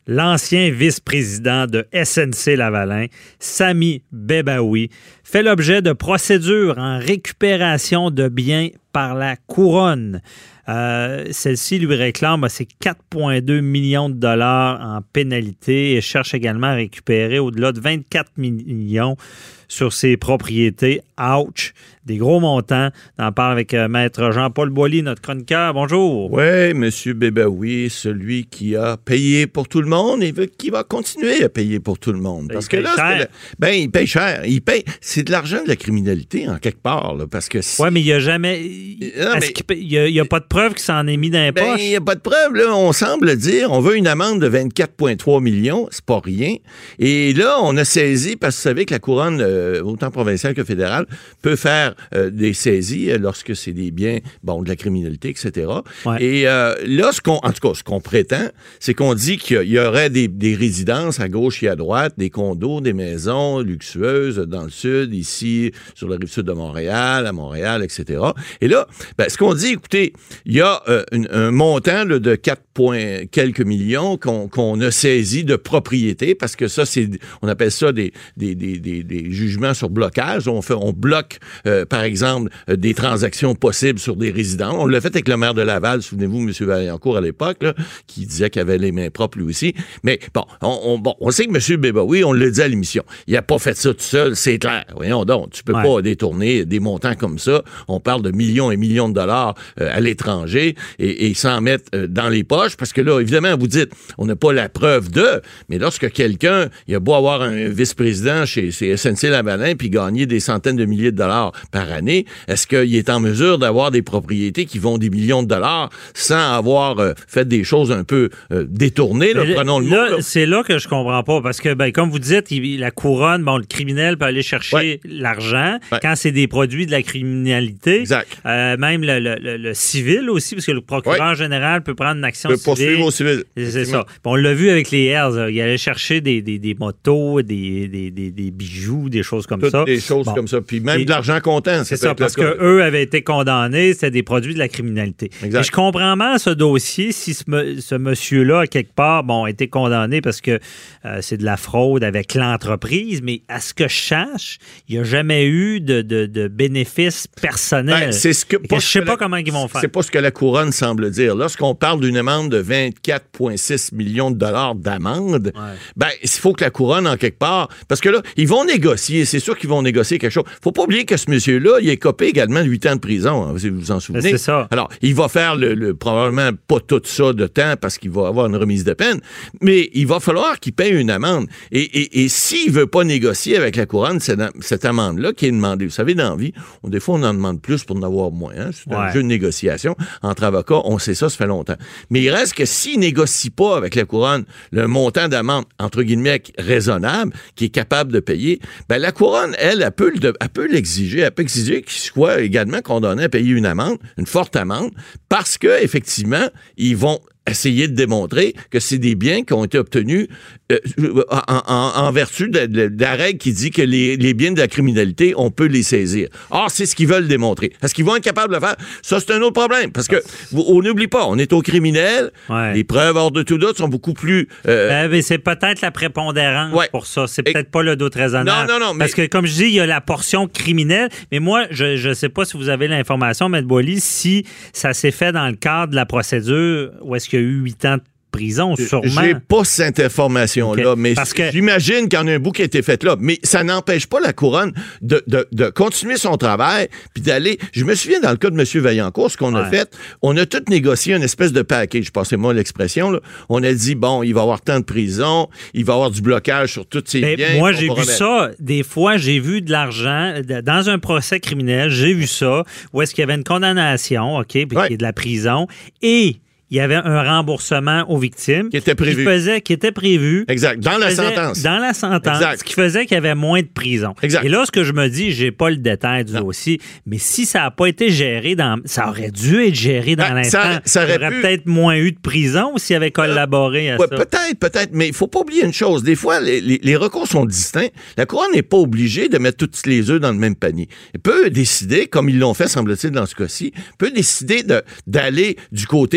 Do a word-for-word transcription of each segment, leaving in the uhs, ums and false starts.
l'ancien vice-président de S N C-Lavalin, Sami Bebaoui, fait l'objet de procédures en récupération de biens par la couronne. Euh, celle-ci lui réclame ses quatre virgule deux millions de dollars en pénalité et cherche également à récupérer au-delà de vingt-quatre millions sur ses propriétés. Ouch! Des gros montants. On en parle avec euh, Maître Jean-Paul Boilly, notre chroniqueur. Bonjour. Oui, M. Bebaoui, celui qui a payé pour tout le monde et qui va continuer à payer pour tout le monde. Parce il que là, cher. Le, ben, il paye cher. Il paye. C'est de l'argent de la criminalité, en quelque part. Là, parce que si... Oui, mais il n'y a jamais... Non, mais... Il n'y a, a pas de preuve qu'il s'en est mis dans les ben, poches? Il n'y a pas de preuve. Là. On semble dire, on veut une amende de vingt-quatre virgule trois millions. C'est pas rien. Et là, on a saisi, parce que vous savez que la couronne, euh, autant provinciale que fédérale, peut faire euh, des saisies lorsque c'est des biens, bon, de la criminalité, et cetera. Ouais. Et euh, là, ce qu'on, en tout cas, ce qu'on prétend, c'est qu'on dit qu'il y aurait des, des résidences à gauche et à droite, des condos, des maisons luxueuses dans le sud, ici, sur la rive sud de Montréal, à Montréal, et cetera. Et là, ben, ce qu'on dit, écoutez, il y a euh, une, un montant là, de quatre points quelques millions qu'on, qu'on a saisi de propriété, parce que ça, c'est, on appelle ça des, des, des, des, des jugements sur blocage. On fait, on bloque, euh, par exemple, euh, des transactions possibles sur des résidents. On l'a fait avec le maire de Laval, souvenez-vous, M. Vaillancourt à l'époque, là, qui disait qu'il avait les mains propres lui aussi. Mais bon, on, on, bon, on sait que M. Bebaoui, on l'a dit à l'émission, il n'a pas fait ça tout seul, c'est clair. Voyons donc, tu peux ouais. pas détourner des montants comme ça. On parle de millions et millions de dollars euh, à l'étranger et, et s'en mettre euh, dans les poches, parce que là, évidemment, vous dites, on n'a pas la preuve de, mais lorsque quelqu'un, il a beau avoir un vice-président chez, chez S N C-Lavalin puis gagner des centaines de milliers de dollars par année, est-ce qu'il est en mesure d'avoir des propriétés qui vont des millions de dollars sans avoir euh, fait des choses un peu euh, détournées, là, prenons le là, mot. Là. C'est là que je comprends pas, parce que, ben, comme vous dites, il, la couronne, bon, le criminel peut aller chercher ouais. l'argent ouais. quand c'est des produits de la criminalité. Exact. Euh, même le, le, le, le civil aussi, parce que le procureur ouais. général peut prendre une action peut civile. Poursuivre au civil. C'est ça. Bon, on l'a vu avec les Hells, il allait chercher des, des, des motos, des, des, des, des bijoux, des choses comme Toutes ça. des choses bon. comme ça. Puis même Et, de l'argent comptant. C'est ça, ça parce qu'eux avaient été condamnés, c'était des produits de la criminalité. Exact. Et je comprends mal ce dossier si ce, ce monsieur-là, à quelque part, bon, a été condamné parce que euh, c'est de la fraude avec l'entreprise, mais à ce que je sache, il n'y a jamais eu de, de, de bénéfices personnels. Ben, c'est ce que, je ne sais pas la, comment ils vont faire. C'est pas ce que la couronne semble dire. Lorsqu'on parle d'une amende de vingt-quatre virgule six millions de dollars d'amende, ouais. ben, il faut que la couronne, en quelque part, parce que là, ils vont négocier, c'est sûr qu'ils vont négocier quelque chose. Faut pas oublier que ce monsieur-là, il est copé également de huit ans de prison, hein, si vous vous en souvenez. C'est ça. Alors, il va faire le, le, probablement pas tout ça de temps parce qu'il va avoir une remise de peine, mais il va falloir qu'il paye une amende. Et, et, et s'il veut pas négocier avec la couronne, cette, cette amende-là qui est demandée, vous savez, dans la vie, on, des fois, on en demande plus pour en avoir moins. Hein? C'est ouais. un jeu de négociation. Entre avocats, on sait ça, ça fait longtemps. Mais il reste que s'il négocie pas avec la couronne le montant d'amende, entre guillemets, raisonnable, qui est capable de payer, ben la couronne, elle, elle peut, elle peut l'exiger. Elle peut exiger qu'il soit également condamné à payer une amende, une forte amende, parce que effectivement, ils vont essayer de démontrer que c'est des biens qui ont été obtenus euh, en, en, en vertu de, de, de la règle qui dit que les, les biens de la criminalité, on peut les saisir. Or, c'est ce qu'ils veulent démontrer. Est-ce qu'ils vont être capables de le faire? Ça, c'est un autre problème. Parce que, on n'oublie pas, on est au criminel. Ouais. Les preuves hors de tout doute sont beaucoup plus... Euh... Euh, mais c'est peut-être la prépondérance ouais. pour ça. C'est peut-être Et... pas le doute raisonnable. Non, non, non. Mais... Parce que, comme je dis, il y a la portion criminelle. Mais moi, je ne sais pas si vous avez l'information, M. Boilly, si ça s'est fait dans le cadre de la procédure où est-ce qu'il y a eu huit ans de prison, sûrement. J'ai pas cette information-là, okay. mais Parce que... j'imagine qu'il y en a un bout qui a été fait là. Mais ça n'empêche pas la couronne de, de, de continuer son travail puis d'aller... Je me souviens, dans le cas de M. Vaillancourt, ce qu'on ouais. a fait, on a tout négocié une espèce de package, passez-moi l'expression, là. On a dit, bon, il va y avoir tant de prison, il va y avoir du blocage sur tous ses mais biens. Moi, j'ai vu remettre. ça. Des fois, j'ai vu de l'argent dans un procès criminel, j'ai vu ça, où est-ce qu'il y avait une condamnation, OK, puis ouais. qu'il y a de la prison, et... il y avait un remboursement aux victimes. Qui était prévu. Qui, faisait, qui était prévu. Exact. Dans la faisait, sentence. Dans la sentence. Exact. Ce qui faisait qu'il y avait moins de prison. Exact. Et là, ce que je me dis, j'ai pas le détail du dossier, mais si ça n'a pas été géré dans... Ça aurait dû être géré dans ben, l'instant. Ça, ça aurait, aurait pu... peut-être moins eu de prison s'il avait collaboré euh, à ouais, ça. Peut-être, peut-être, mais il faut pas oublier une chose. Des fois, les, les, les recours sont distincts. La couronne n'est pas obligée de mettre tous les œufs dans le même panier. Elle peut décider, comme ils l'ont fait, semble-t-il, dans ce cas-ci, peut décider de, d'aller du côté... On,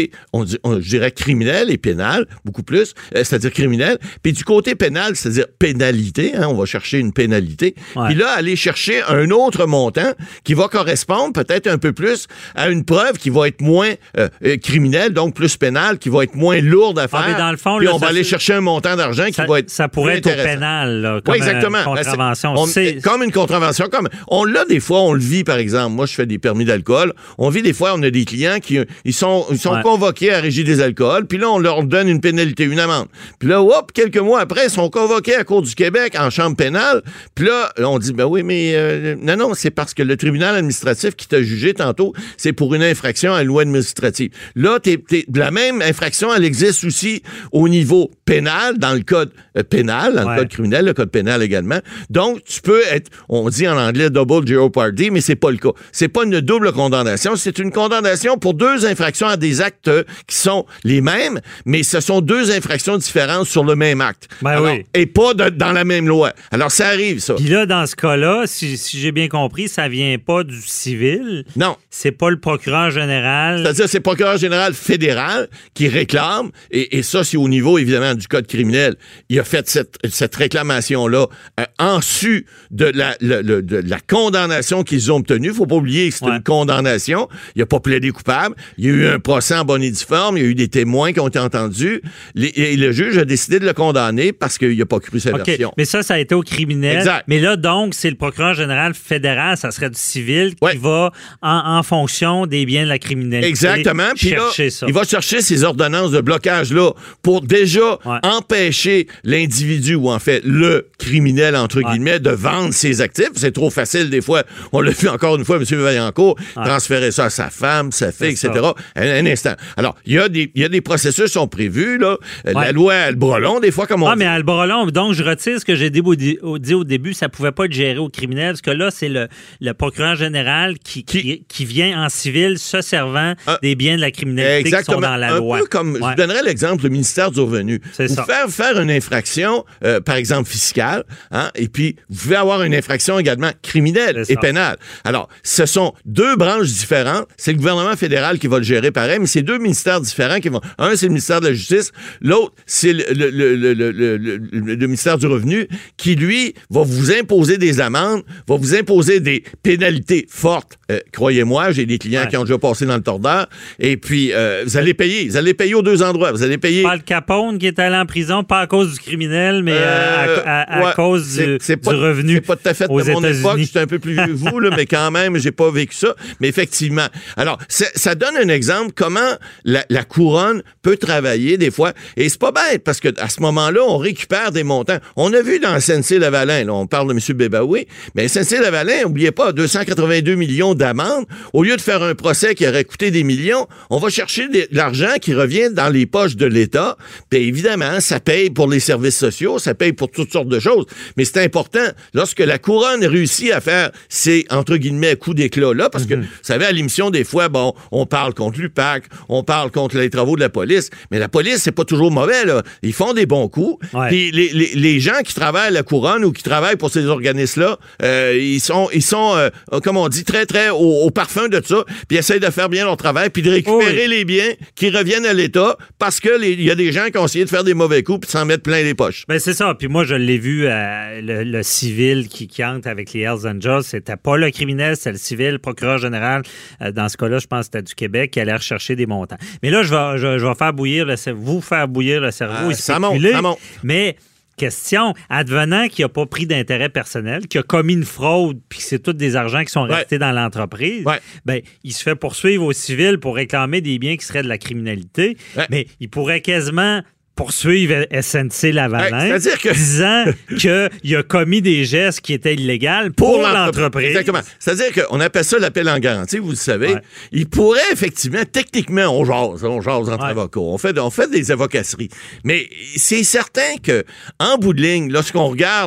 dit, on, je dirais criminel et pénal, beaucoup plus, euh, c'est-à-dire criminel. Puis du côté pénal, c'est-à-dire pénalité, hein, on va chercher une pénalité. Ouais. Puis là, aller chercher un autre montant qui va correspondre peut-être un peu plus à une preuve qui va être moins euh, euh, criminelle, donc plus pénale, qui va être moins lourde à faire. Ah, mais dans le fond, puis là, on va aller chercher un montant d'argent ça, qui va être ça pourrait être au pénal, là, comme oui, exactement. une contravention. On, c'est... Comme une contravention. Comme, on l'a des fois, on le vit, par exemple. Moi, je fais des permis d'alcool. On vit des fois, on a des clients qui ils sont, ils sont ouais. convoqués à la Régie des alcools, puis là, on leur donne une pénalité, une amende. Puis là, hop, quelques mois après, ils sont convoqués à la Cour du Québec en chambre pénale. Puis là, on dit, ben oui, mais euh, non, non, c'est parce que le tribunal administratif qui t'a jugé tantôt, c'est pour une infraction à une loi administrative. Là, t'es, t'es, la même infraction, elle existe aussi au niveau pénal, dans le code euh, pénal, dans ouais. le code criminel, le code pénal également. Donc, tu peux être, on dit en anglais double jeopardy, mais c'est pas le cas. C'est pas une double condamnation, c'est une condamnation pour deux infractions à des actes qui sont les mêmes, mais ce sont deux infractions différentes sur le même acte. Ben Alors, oui. Et pas de, dans la même loi. Alors, ça arrive, ça. Puis là, dans ce cas-là, si, si j'ai bien compris, ça vient pas du civil. Non. C'est pas le procureur général. C'est-à-dire, c'est le procureur général fédéral qui réclame, et, et ça, c'est au niveau, évidemment, du code criminel. Il a fait cette, cette réclamation-là euh, en su de la, le, le, de la condamnation qu'ils ont obtenue. Faut pas oublier que c'est ouais. une condamnation. Il a pas plaidé coupable. Il y a eu un procès en bonne et due forme. Il y a eu des témoins qui ont été entendus. Les, et le juge a décidé de le condamner parce qu'il n'a pas cru sa okay. version. Mais ça, ça a été au criminel. Exact. Mais là, donc, c'est le procureur général fédéral, ça serait du civil, qui ouais. va, en, en fonction des biens de la criminalité, exactement. Puis chercher là, ça. Il va chercher ces ordonnances de blocage-là pour déjà ouais. empêcher l'individu, ou en fait, le criminel, entre ouais. guillemets, de vendre ses actifs. C'est trop facile, des fois. On l'a vu encore une fois, M. Vaillancourt, ouais. transférer ça à sa femme, sa fille, et cetera. Un, un instant. Alors, il y a des, il y a des processus qui sont prévus, là. Ouais. La loi Albrelon, des fois, comme on ah, dit. mais Albrelon, donc, je retire ce que j'ai dit au, dit au début, ça pouvait pas être géré au criminel, parce que là, c'est le, le procureur général qui, qui, qui, qui vient en civil se servant ah, des biens de la criminalité exactement. qui sont dans la un loi. Un peu comme, ouais. je donnerais l'exemple du ministère du Revenu. C'est vous ça. Faire, faire une infraction, euh, par exemple, fiscale, hein, et puis vous pouvez avoir une infraction également criminelle et pénale. Alors, ce sont deux branches différentes. C'est le gouvernement fédéral qui va le gérer pareil, mais c'est deux ministères différents qui vont... Un, c'est le ministère de la Justice. L'autre, c'est le, le, le, le, le, le, le, le ministère du Revenu qui, lui, va vous imposer des amendes, va vous imposer des pénalités fortes. Euh, croyez-moi, j'ai des clients ouais. qui ont déjà passé dans le tordeur. Et puis, euh, vous allez payer. Vous allez payer aux deux endroits. Vous allez payer... Pas le Capone qui est allé en prison, pas à cause du criminel, mais euh, à, à, à ouais, cause c'est, du, c'est pas, du revenu. C'est pas tout à fait de mon époque. J'étais un peu plus vieux que vous, là, mais quand même, j'ai pas vécu ça. Mais effectivement. Alors, ça donne un exemple comment la, la couronne peut travailler des fois. Et c'est pas bête, parce que à ce moment-là, on récupère des montants. On a vu dans S N C-Lavalin, là, on parle de M. Bébaoui, mais S N C-Lavalin, n'oubliez pas, deux cent quatre-vingt-deux millions d'amendes. Au lieu de faire un procès qui aurait coûté des millions, on va chercher de l'argent qui revient dans les poches de l'État. Puis évidemment, ça paye pour les services sociaux, ça paye pour toutes sortes de choses. Mais c'est important, lorsque la couronne réussit à faire ces, entre guillemets, coups d'éclat-là, parce que, mm-hmm. vous savez, à l'émission, des fois, bon, on parle contre l'U P A C, on parle contre les travaux de la police, mais la police, c'est pas toujours mauvais, là. Ils font des bons coups. Ouais. Puis les, les, les gens qui travaillent à la couronne ou qui travaillent pour ces organismes-là, euh, ils sont, ils sont euh, comme on dit, très, très au, au parfum de ça, puis ils essayent de faire bien leur travail, puis de récupérer oui. les biens qui reviennent à l'État, parce que il y a des gens qui ont essayé de faire des mauvais coups puis de s'en mettre plein les poches. Ben c'est ça. Puis moi, je l'ai vu, euh, le, le civil qui, qui entre avec les Hells Angels, c'était pas le criminel, c'était le civil, le procureur général. Euh, dans ce cas-là, je pense que c'était du Québec qui allait rechercher des montants. Mais là, je vais, je, je vais faire bouillir le cerveau, vous faire bouillir le cerveau ah, et ça monte, ça monte. Mais question, advenant qu'il n'a pas pris d'intérêt personnel, qu'il a commis une fraude, puis que c'est tous des argents qui sont restés ouais. dans l'entreprise, ouais. ben, il se fait poursuivre au civil pour réclamer des biens qui seraient de la criminalité, ouais. mais il pourrait quasiment poursuivre S N C-Lavalin, ouais, c'est-à-dire que... disant qu'il a commis des gestes qui étaient illégaux pour, pour l'entreprise. l'entreprise. Exactement. C'est-à-dire qu'on appelle ça l'appel en garantie, vous le savez. Ouais. Il pourrait effectivement, techniquement, on jase, on jase entre ouais. avocats, on fait, on fait des avocasseries. Mais c'est certain que, en bout de ligne, lorsqu'on regarde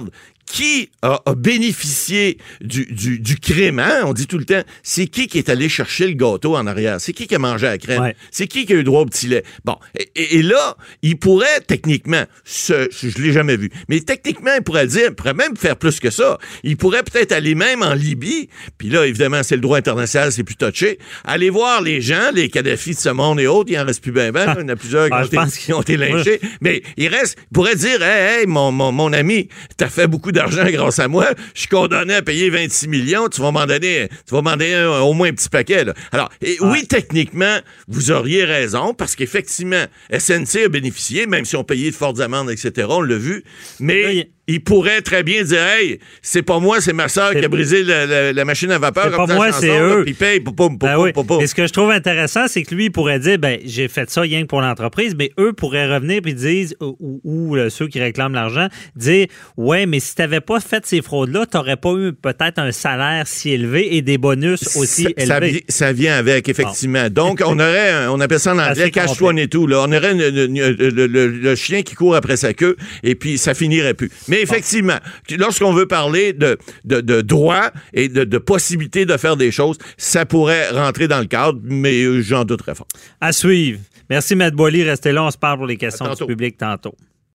qui a, a bénéficié du, du, du crime, hein? On dit tout le temps, c'est qui qui est allé chercher le gâteau en arrière? C'est qui qui a mangé la crème? Ouais. C'est qui qui a eu droit au petit lait? Bon, et, et, et là, il pourrait techniquement, ce, je l'ai jamais vu, mais techniquement, il pourrait dire, il pourrait même faire plus que ça. Il pourrait peut-être aller même en Libye, puis là, évidemment, c'est le droit international, c'est plus touché, aller voir les gens, les Kadhafi de ce monde et autres, il en reste plus ben ben, il y en a plusieurs qui, ah, ont, été, qui ont été lynchés, mais il reste, il pourrait dire, hey, hey, mon, mon, mon ami, t'as fait beaucoup d'argent grâce à moi, je suis condamné à payer vingt-six millions, tu vas m'en donner, tu vas m'en donner un, au moins un petit paquet, là. Alors, et, ouais. oui, techniquement, vous auriez raison, parce qu'effectivement, S N C a bénéficié, même si on payait de fortes amendes, et cetera, on l'a vu, mais... Oui. Il pourrait très bien dire, hey, c'est pas moi, c'est ma sœur qui a brisé la, la, la machine à vapeur. C'est pas moi, c'est eux. Puis paye, pou, pou, pou, ben oui. pou, pou. Et ce que je trouve intéressant, c'est que lui, il pourrait dire, ben, j'ai fait ça rien que pour l'entreprise, mais eux pourraient revenir puis disent, ou, ou, ou ceux qui réclament l'argent, dire, ouais, mais si t'avais pas fait ces fraudes-là, t'aurais pas eu peut-être un salaire si élevé et des bonus aussi ça, élevés. Ça, ça vient avec, effectivement. Bon. Donc, on aurait, un, on appelle ça en anglais, cash one et tout, là. On aurait le, le, le, le, le chien qui court après sa queue, et puis ça finirait plus. Mais effectivement, bon. Lorsqu'on veut parler de, de, de droit et de, de possibilité de faire des choses, ça pourrait rentrer dans le cadre, mais j'en doute très fort. À suivre. Merci, Matt Boily. Restez là, on se parle pour les questions du public tantôt.